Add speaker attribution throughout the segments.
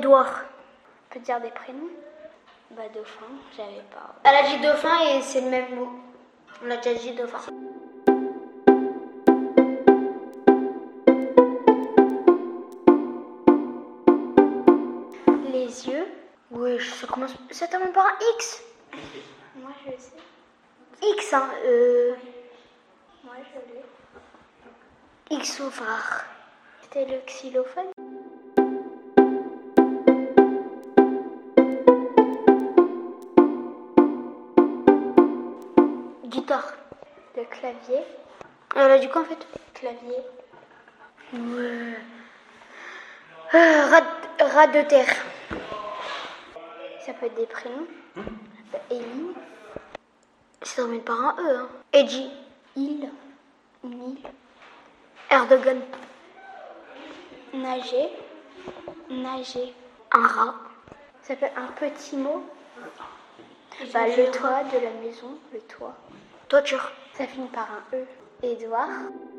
Speaker 1: Édouard.
Speaker 2: On peut dire des prénoms? Bah, dauphin, j'avais pas.
Speaker 1: Elle a dit dauphin et c'est le même mot. On a déjà dit dauphin.
Speaker 2: Les yeux.
Speaker 1: Oui, ça commence. Ça termine par un X.
Speaker 2: Moi, je le sais.
Speaker 1: X, hein.
Speaker 2: Moi, je l'ai.
Speaker 1: Xophare.
Speaker 2: C'était le xylophone.
Speaker 1: Guitare.
Speaker 2: Le clavier.
Speaker 1: Elle a dit quoi en fait?
Speaker 2: Clavier.
Speaker 1: Ouais. Rat de terre.
Speaker 2: Ça peut être des prénoms. Élie.
Speaker 1: Ça termine par un E. Hein. Edgy.
Speaker 2: Île. Une île.
Speaker 1: Erdogan.
Speaker 2: Nager. Nager.
Speaker 1: Un rat.
Speaker 2: Ça peut être un petit mot. Bah, le toit de la maison. Le toit.
Speaker 1: Toiture.
Speaker 2: Ça finit par un E. Édouard.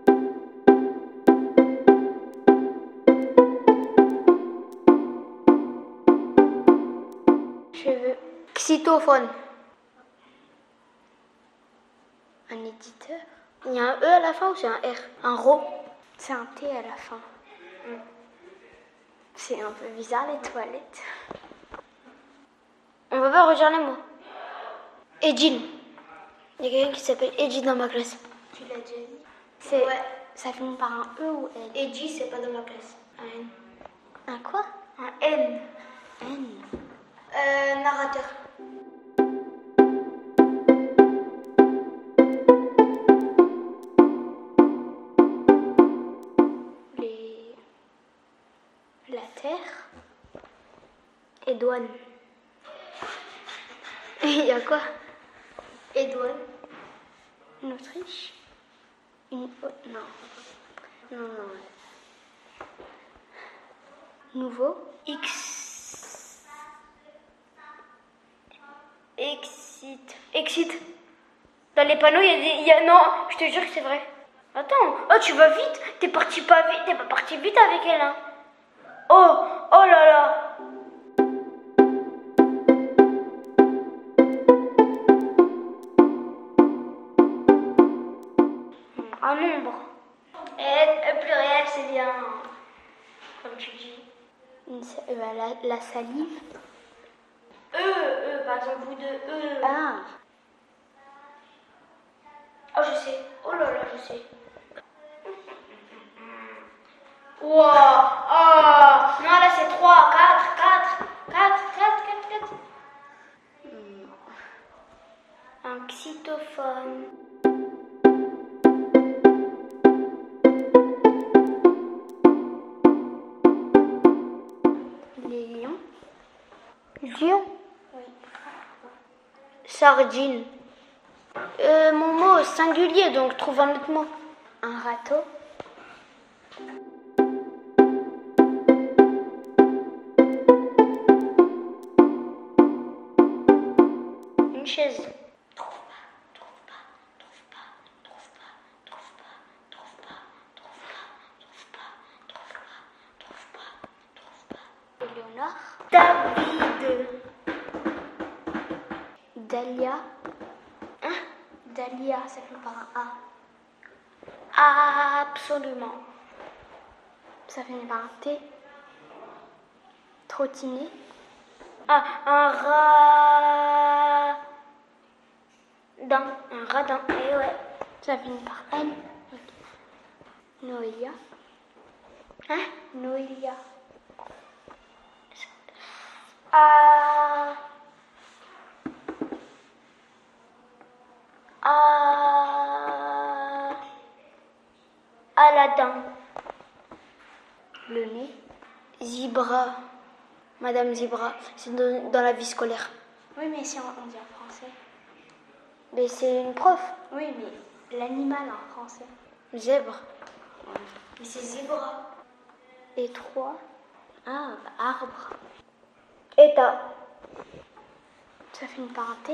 Speaker 2: Cheveux.
Speaker 1: Xytophone.
Speaker 2: Un éditeur.
Speaker 1: Il y a un E à la fin ou c'est un R? Un ro.
Speaker 2: C'est un T à la fin. C'est un peu bizarre les toilettes.
Speaker 1: On va pas redire les mots. Edine. Il y a quelqu'un qui s'appelle Edine dans ma classe.
Speaker 2: Tu l'as déjà dit? C'est...
Speaker 1: Ouais.
Speaker 2: Ça finit par un E ou N?
Speaker 1: Edgy, c'est pas dans ma classe. Un N.
Speaker 2: Un quoi?
Speaker 1: Un N.
Speaker 2: N.
Speaker 1: Narrateur.
Speaker 2: La terre.
Speaker 1: Édouane. Il y a quoi? Édouane.
Speaker 2: Une Autriche. Une autre. Non.
Speaker 1: Non.
Speaker 2: Nouveau.
Speaker 1: Excite. Dans les panneaux, il y a... Non, je te jure que c'est vrai. Attends, oh tu vas vite. T'es pas parti vite avec elle, hein. Oh là là. Un nombre. Et pluriel, c'est bien. Comme tu dis.
Speaker 2: La salive.
Speaker 1: Par exemple, vous deux,
Speaker 2: Ah.
Speaker 1: Oh, je sais. Oh là là, je sais. Wow. Oh. Non, là, c'est 3, 4. Un xytophone.
Speaker 2: Les lions.
Speaker 1: Lion.
Speaker 2: Oui.
Speaker 1: Sardine. Mon mot singulier, donc trouve un autre mot.
Speaker 2: Un râteau.
Speaker 1: Une chaise.
Speaker 2: Éléonore.
Speaker 1: David.
Speaker 2: Dahlia.
Speaker 1: Hein?
Speaker 2: Dahlia, ça finit par un A.
Speaker 1: Absolument.
Speaker 2: Ça finit par un T. Trottinet.
Speaker 1: Ah, un radin. Eh ouais.
Speaker 2: Ça finit par N. Noélia.
Speaker 1: Hein?
Speaker 2: Noélia.
Speaker 1: Aladin.
Speaker 2: Le nez.
Speaker 1: Zebra. Madame Zebra. C'est dans la vie scolaire.
Speaker 2: Oui, mais si on dit en français.
Speaker 1: Mais c'est une prof.
Speaker 2: Oui, mais l'animal en français.
Speaker 1: Zèbre. Mais c'est zébra.
Speaker 2: Et 3. Ah, arbre.
Speaker 1: État.
Speaker 2: Ça finit par un T.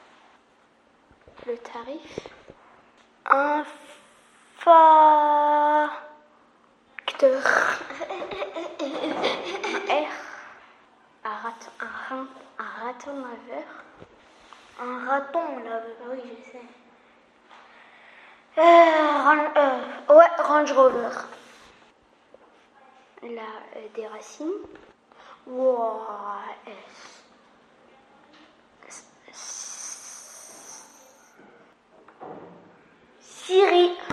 Speaker 2: Le tarif.
Speaker 1: Un facteur.
Speaker 2: Un R. Un raton laveur.
Speaker 1: Un raton laveur.
Speaker 2: Oui, je sais.
Speaker 1: Ouais, Range Rover.
Speaker 2: Des racines.
Speaker 1: Wow. Siri.